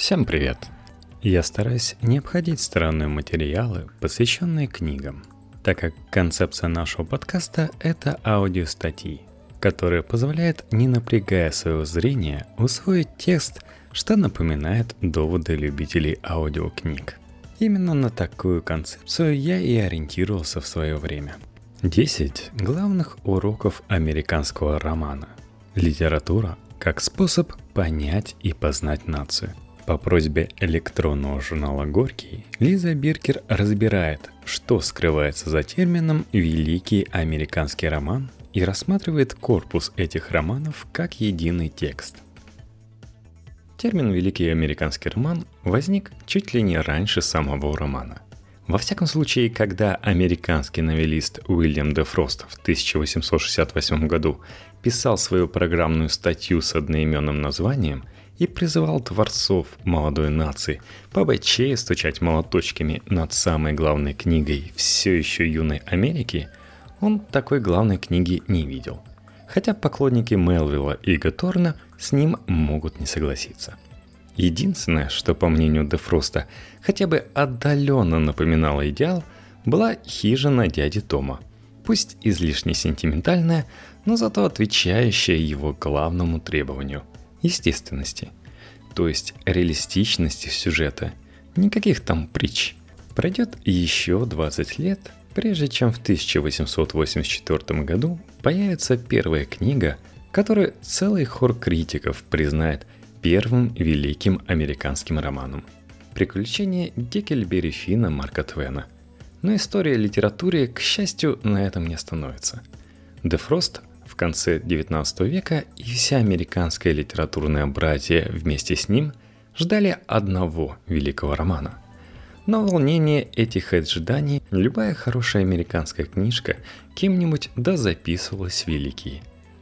Всем привет! Я стараюсь не обходить странные материалы, посвященные книгам, так как концепция нашего подкаста — это аудиостатьи, которые позволяют, не напрягая своего зрения, усвоить текст, что напоминает доводы любителей аудиокниг. Именно на такую концепцию я и ориентировался в свое время. 10 главных уроков американского романа. Литература как способ понять и познать нацию. По просьбе электронного журнала «Горький» Лиза Биркер разбирает, что скрывается за термином «великий американский роман» и рассматривает корпус этих романов как единый текст. Термин «великий американский роман» возник чуть ли не раньше самого романа. Во всяком случае, когда американский новеллист Уильям Де Фрост в 1868 году писал свою программную статью с одноименным названием и призывал творцов молодой нации побойчее стучать молоточками над самой главной книгой все еще юной Америки, он такой главной книги не видел. Хотя поклонники Мелвилла и Готорна с ним могут не согласиться. Единственное, что, по мнению Де Фроста, хотя бы отдаленно напоминало идеал, была хижина дяди Тома, пусть излишне сентиментальная, но зато отвечающая его главному требованию – естественности, то есть реалистичности сюжета, никаких там притч. Пройдет еще 20 лет, прежде чем в 1884 году появится первая книга, которую целый хор критиков признает первым великим американским романом «Приключения Гекльберри Финна» Марка Твена. Но история литературы, к счастью, на этом не остановится. Де Фрост в конце XIX века и вся американская литературная братья вместе с ним ждали одного великого романа. Но волнение этих ожиданий любая хорошая американская книжка кем-нибудь записывалась в великие.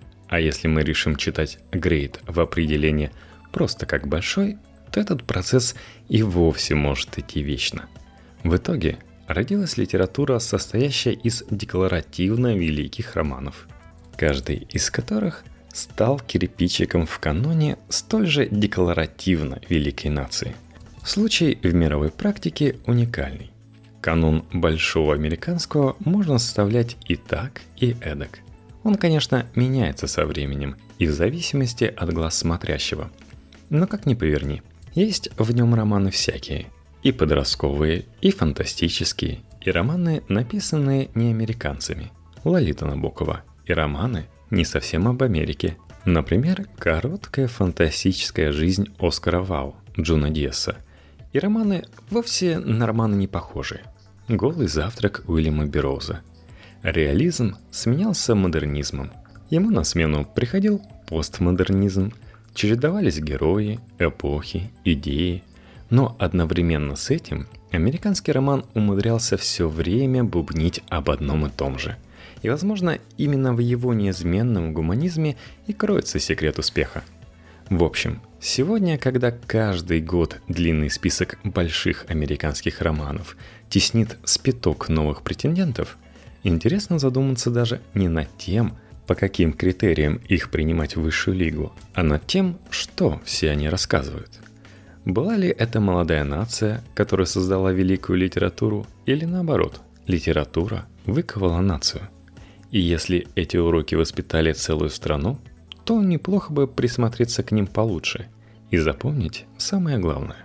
А если мы решим читать «great» в определении просто как большой, то этот процесс и вовсе может идти вечно. В итоге родилась литература, состоящая из декларативно великих романов, каждый из которых стал кирпичиком в каноне столь же декларативно великой нации. Случай в мировой практике уникальный. Канон большого американского можно составлять и так, и эдак. Он, конечно, меняется со временем и в зависимости от глаз смотрящего. Но как ни поверни, есть в нем романы всякие. И подростковые, и фантастические, и романы, написанные не американцами. Лолита Набокова. И романы не совсем об Америке. Например, короткая фантастическая жизнь Оскара Вау, Джуна Диаса. И романы вовсе на романы не похожи. Голый завтрак Уильяма Берроуза. Реализм сменялся модернизмом. Ему на смену приходил постмодернизм. Чередовались герои, эпохи, идеи. Но одновременно с этим американский роман умудрялся все время бубнить об одном и том же. И, возможно, именно в его неизменном гуманизме и кроется секрет успеха. В общем, сегодня, когда каждый год длинный список больших американских романов теснит с пяток новых претендентов, интересно задуматься даже не над тем, по каким критериям их принимать в высшую лигу, а над тем, что все они рассказывают. Была ли это молодая нация, которая создала великую литературу, или наоборот, литература выковала нацию? И если эти уроки воспитали целую страну, то неплохо бы присмотреться к ним получше и запомнить самое главное.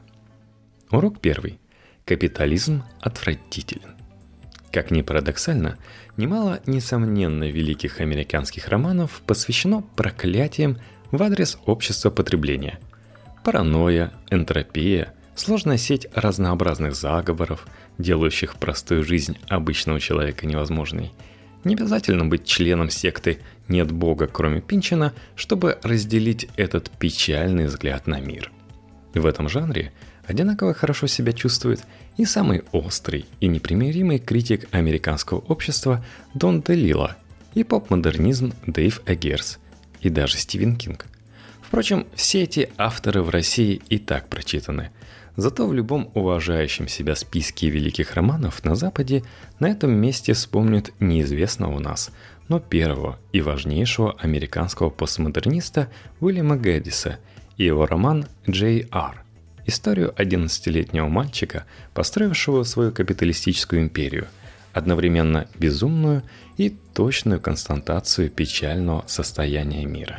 Урок первый. Капитализм отвратителен. Как ни парадоксально, немало, несомненно, великих американских романов посвящено проклятиям в адрес общества потребления. Паранойя, энтропия, сложная сеть разнообразных заговоров, делающих простую жизнь обычного человека невозможной. Не обязательно быть членом секты «Нет Бога, кроме Пинчина», чтобы разделить этот печальный взгляд на мир. В этом жанре одинаково хорошо себя чувствует и самый острый и непримиримый критик американского общества Дон Делило, и поп-модернизм Дэйв Эггерс, и даже Стивен Кинг. Впрочем, все эти авторы в России и так прочитаны. Зато в любом уважающем себя списке великих романов на Западе на этом месте вспомнят неизвестного у нас, но первого и важнейшего американского постмодерниста Уильяма Гэддиса и его роман «Джей Ар». историю 11-летнего мальчика, построившего свою капиталистическую империю, одновременно безумную и точную констатацию печального состояния мира.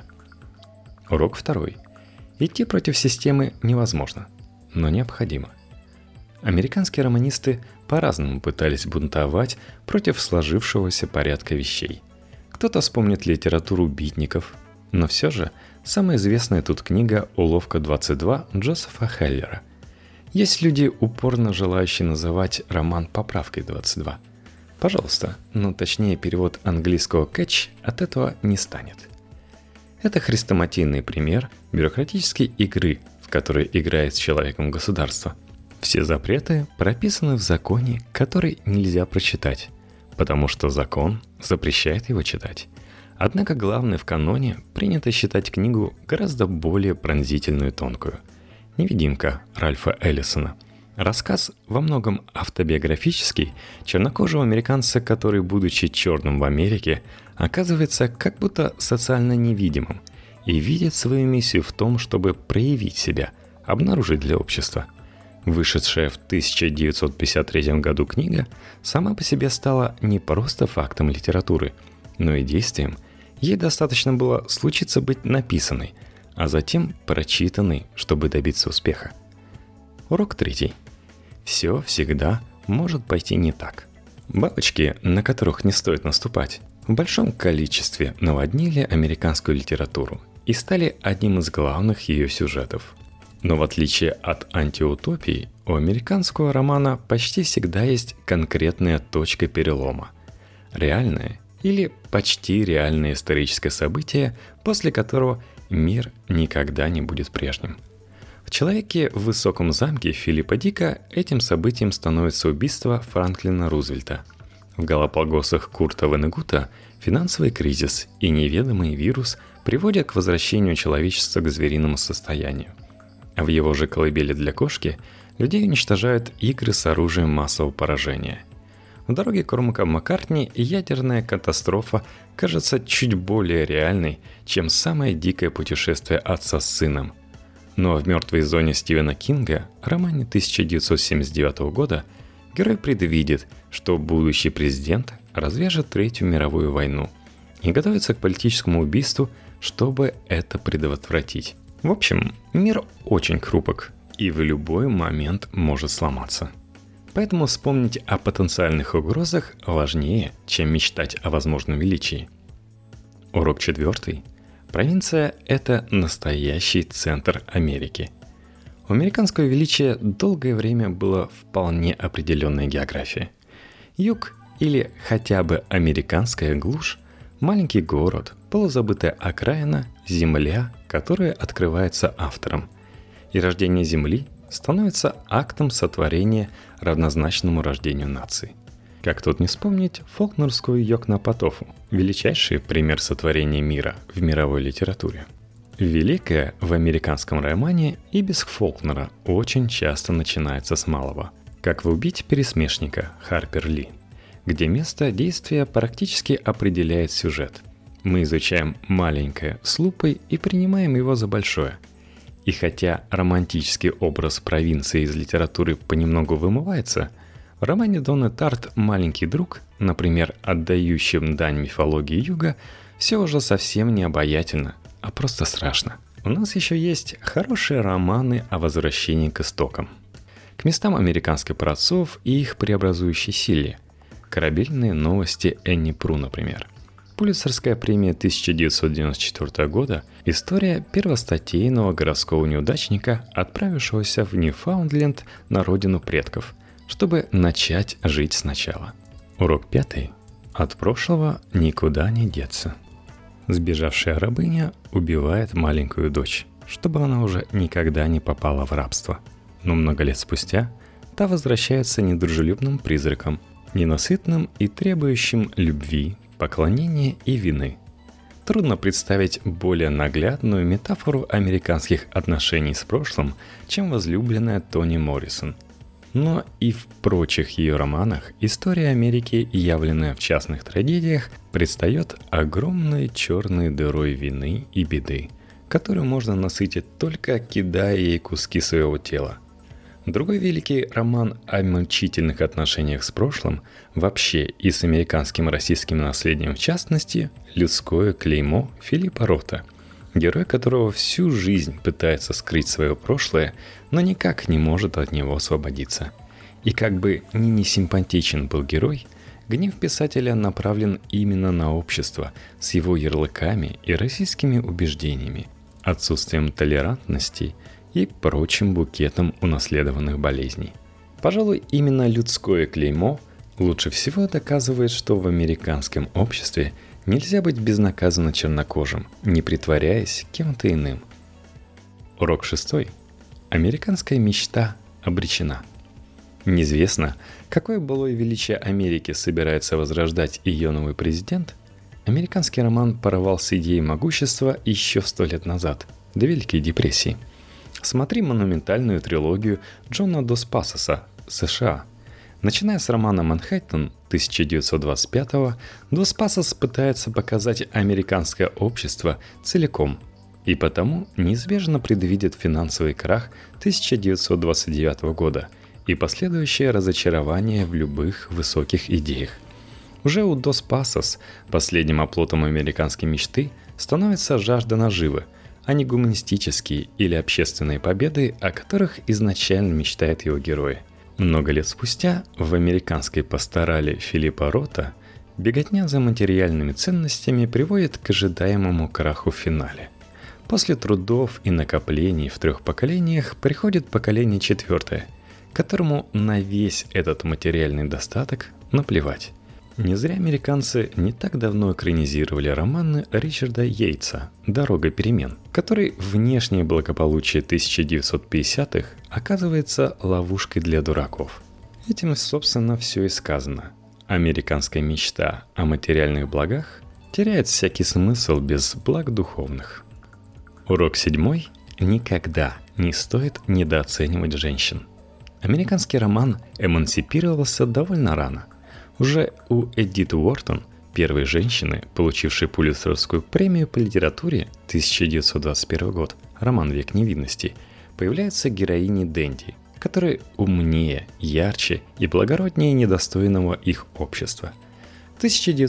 Урок 2. Идти против системы невозможно, но необходимо. Американские романисты по-разному пытались бунтовать против сложившегося порядка вещей. Кто-то вспомнит литературу битников, но все же самая известная тут книга «Уловка 22» Джозефа Хеллера. Есть люди, упорно желающие называть роман «Поправкой 22». Пожалуйста, но точнее перевод английского «catch» от этого не станет. Это хрестоматийный пример бюрократической игры, в которой играет с человеком государство. Все запреты прописаны в законе, который нельзя прочитать, потому что закон запрещает его читать. Однако главное в каноне принято считать книгу гораздо более пронзительную и тонкую. «Невидимка» Ральфа Эллисона. Рассказ во многом автобиографический чернокожего американца, который, будучи черным в Америке, оказывается как будто социально невидимым и видит свою миссию в том, чтобы проявить себя, обнаружить для общества. Вышедшая в 1953 году книга сама по себе стала не просто фактом литературы, но и действием. Ей достаточно было случиться быть написанной, а затем прочитанной, чтобы добиться успеха. Урок 3. Все всегда может пойти не так. Бабочки, на которых не стоит наступать, в большом количестве наводнили американскую литературу и стали одним из главных ее сюжетов. Но в отличие от антиутопий, у американского романа почти всегда есть конкретная точка перелома. Реальное или почти реальное историческое событие, после которого мир никогда не будет прежним. В «Человеке в высоком замке» Филиппа Дика этим событием становится убийство Франклина Рузвельта. В «Галапагосах» Курта Воннегута финансовый кризис и неведомый вирус приводят к возвращению человечества к звериному состоянию. А в его же «Колыбели для кошки» людей уничтожают игры с оружием массового поражения. В «Дороге Кормака Маккартни» ядерная катастрофа кажется чуть более реальной, чем самое дикое путешествие отца с сыном. Ну а в «Мертвой зоне» Стивена Кинга, романе 1979 года, герой предвидит, что будущий президент развяжет Третью мировую войну и готовится к политическому убийству, чтобы это предотвратить. В общем, мир очень хрупок и в любой момент может сломаться. Поэтому вспомнить о потенциальных угрозах важнее, чем мечтать о возможном величии. Урок 4. Провинция – это настоящий центр Америки. У американского величия долгое время была вполне определенная география. Юг или хотя бы американская глушь – маленький город, полузабытая окраина, земля, которая открывается автором. И рождение земли становится актом сотворения, равнозначному рождению нации. Как тут не вспомнить фолкнерскую Йокнапатофу, величайший пример сотворения мира в мировой литературе. Великое в американском романе и без Фолкнера очень часто начинается с малого, как в «Убить пересмешника» Харпер Ли, где место действия практически определяет сюжет. Мы изучаем маленькое с лупой и принимаем его за большое. И хотя романтический образ провинции из литературы понемногу вымывается, в романе Донны Тарт «Маленький друг», например, отдающим дань мифологии Юга, все уже совсем не обаятельно, а просто страшно. У нас еще есть хорошие романы о возвращении к истокам. К местам американских праотцов и их преобразующей силе. Корабельные новости Энни Пру, например. Пулитцерская премия 1994 года – история первостатейного городского неудачника, отправившегося в Ньюфаундленд на родину предков, чтобы начать жить сначала. Урок 5. От прошлого никуда не деться. Сбежавшая рабыня убивает маленькую дочь, чтобы она уже никогда не попала в рабство. Но много лет спустя та возвращается недружелюбным призраком, ненасытным и требующим любви, поклонения и вины. Трудно представить более наглядную метафору американских отношений с прошлым, чем возлюбленная Тони Моррисон. Но и в прочих ее романах история Америки, явленная в частных трагедиях, предстает огромной черной дырой вины и беды, которую можно насытить только кидая ей куски своего тела. Другой великий роман о мучительных отношениях с прошлым, вообще и с американским российским наследием в частности, «Людское клеймо» Филиппа Рота, герой которого всю жизнь пытается скрыть свое прошлое, но никак не может от него освободиться. И как бы ни несимпатичен был герой, гнев писателя направлен именно на общество с его ярлыками и российскими убеждениями, отсутствием толерантности и прочим букетом унаследованных болезней. Пожалуй, именно «Людское клеймо» лучше всего доказывает, что в американском обществе нельзя быть безнаказанно чернокожим, не притворяясь кем-то иным. Урок 6. Американская мечта обречена. Неизвестно, какое былое величие Америки собирается возрождать ее новый президент. Американский роман порвал с идеей могущества еще 100 лет назад, до Великой депрессии. Смотри монументальную трилогию Джона Дос Пасоса «США». Начиная с романа «Манхэттен» 1925-го, Дос Пасос пытается показать американское общество целиком, и потому неизбежно предвидит финансовый крах 1929 года и последующее разочарование в любых высоких идеях. Уже у Дос Пасос последним оплотом американской мечты становится жажда наживы, а не гуманистические или общественные победы, о которых изначально мечтают его герои. Много лет спустя в американской пасторали Филиппа Рота беготня за материальными ценностями приводит к ожидаемому краху в финале. После трудов и накоплений в 3 поколениях приходит поколение 4, которому на весь этот материальный достаток наплевать. Не зря американцы не так давно экранизировали романы Ричарда Йейтса «Дорога перемен», который внешнее благополучие 1950-х оказывается ловушкой для дураков. Этим, собственно, все и сказано. Американская мечта о материальных благах теряет всякий смысл без благ духовных. Урок 7. Никогда не стоит недооценивать женщин. Американский роман эмансипировался довольно рано. Уже у Эдит Уортон, первой женщины, получившей Пулитцеровскую премию по литературе 1921 год, роман «Век невинности», появляются героини Дэнди, которые умнее, ярче и благороднее недостойного их общества. В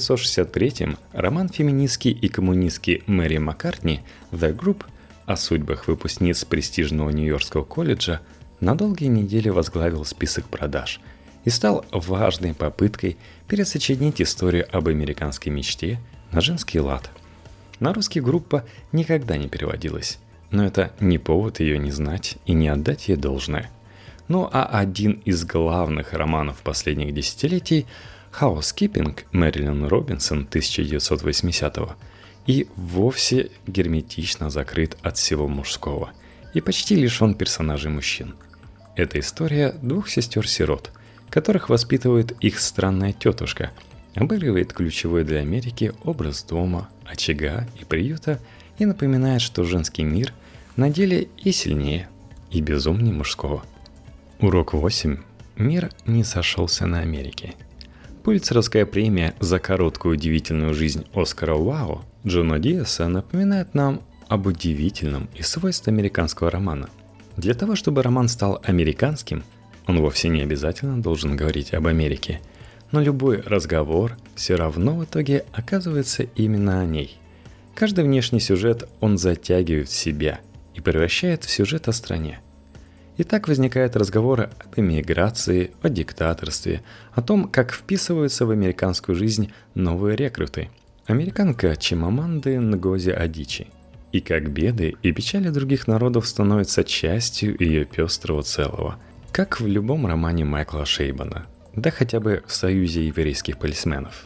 1963 роман феминистки и коммунистки Мэри Маккартни «The Group» о судьбах выпускниц престижного Нью-Йоркского колледжа на долгие недели возглавил список продаж и стал важной попыткой пересочинить историю об американской мечте на женский лад. На русский группа никогда не переводилась, но это не повод ее не знать и не отдать ей должное. Ну а один из главных романов последних десятилетий «Housekeeping» Мэрилин Робинсон 1980-го и вовсе герметично закрыт от всего мужского и почти лишен персонажей мужчин. Это история 2 сестер-сирот, которых воспитывает их странная тетушка, обыгрывает ключевой для Америки образ дома, очага и приюта и напоминает, что женский мир на деле и сильнее, и безумнее мужского. Урок 8. Мир не сошелся на Америке. Пулитцеровская премия за короткую удивительную жизнь Оскара Уайлда Джона Диаса напоминает нам об удивительном и свойстве американского романа. Для того, чтобы роман стал американским, он вовсе не обязательно должен говорить об Америке, но любой разговор все равно в итоге оказывается именно о ней. Каждый внешний сюжет он затягивает в себя и превращает в сюжет о стране. И так возникают разговоры об эмиграции, о диктаторстве, о том, как вписываются в американскую жизнь новые рекруты, американка Чимаманды Нгози Адичи, и как беды и печали других народов становятся частью ее пестрого целого, как в любом романе Майкла Шейбана, да хотя бы в «Союзе еврейских полисменов».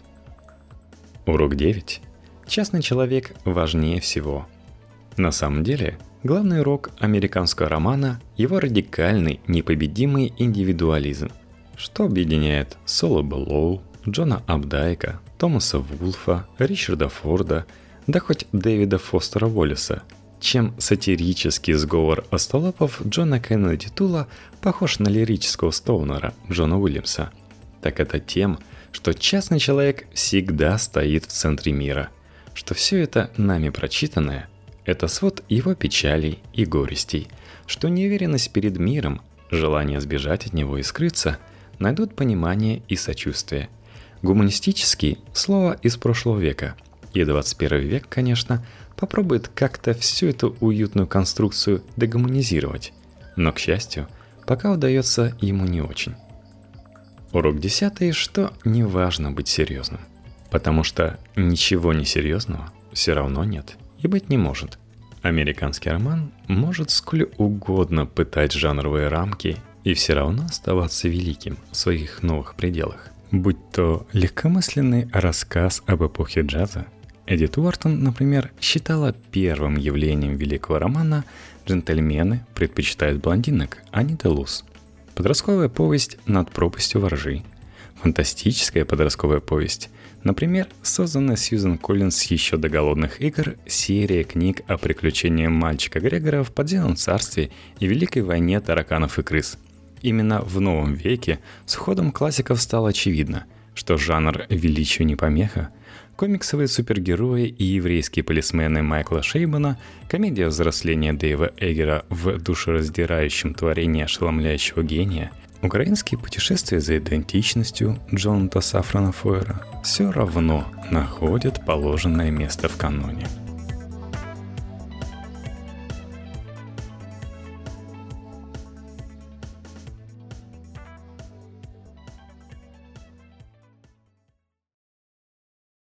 Урок 9. Частный человек важнее всего. На самом деле, главный урок американского романа – его радикальный, непобедимый индивидуализм, что объединяет Соло Беллоу, Джона Апдайка, Томаса Вулфа, Ричарда Форда, да хоть Дэвида Фостера Уоллеса, чем сатирический сговор остолопов Джона Кеннеди Тула похож на лирического Стоунера Джона Уильямса, так это тем, что частный человек всегда стоит в центре мира, что все это нами прочитанное Это свод его печалей и горестей, что неуверенность перед миром, желание сбежать от него и скрыться, найдут понимание и сочувствие. Гуманистический – слово из прошлого века, и 21 век, конечно, попробует как-то всю эту уютную конструкцию дегуманизировать, но, к счастью, пока удается ему не очень. Урок 10, что не важно быть серьезным, потому что ничего несерьезного все равно нет и быть не может. Американский роман может сколь угодно пытать жанровые рамки и все равно оставаться великим в своих новых пределах. Будь то легкомысленный рассказ об эпохе джаза, Эдит Уортон, например, считала первым явлением великого романа «Джентльмены предпочитают блондинок, а не Делуз». Подростковая повесть «Над пропастью воржи», фантастическая подростковая повесть, например, созданная Сьюзен Коллинс еще до «Голодных игр» серия книг о приключениях мальчика Грегора в подземном царстве и Великой войне тараканов и крыс. Именно в новом веке с входом классиков стало очевидно, что жанр величию не помеха, комиксовые супергерои и еврейские полисмены Майкла Шейбана, комедия взросления Дэйва Эггера в душераздирающем творении ошеломляющего гения, украинские путешествия за идентичностью Джонатана Сафрона Фойера все равно находят положенное место в каноне.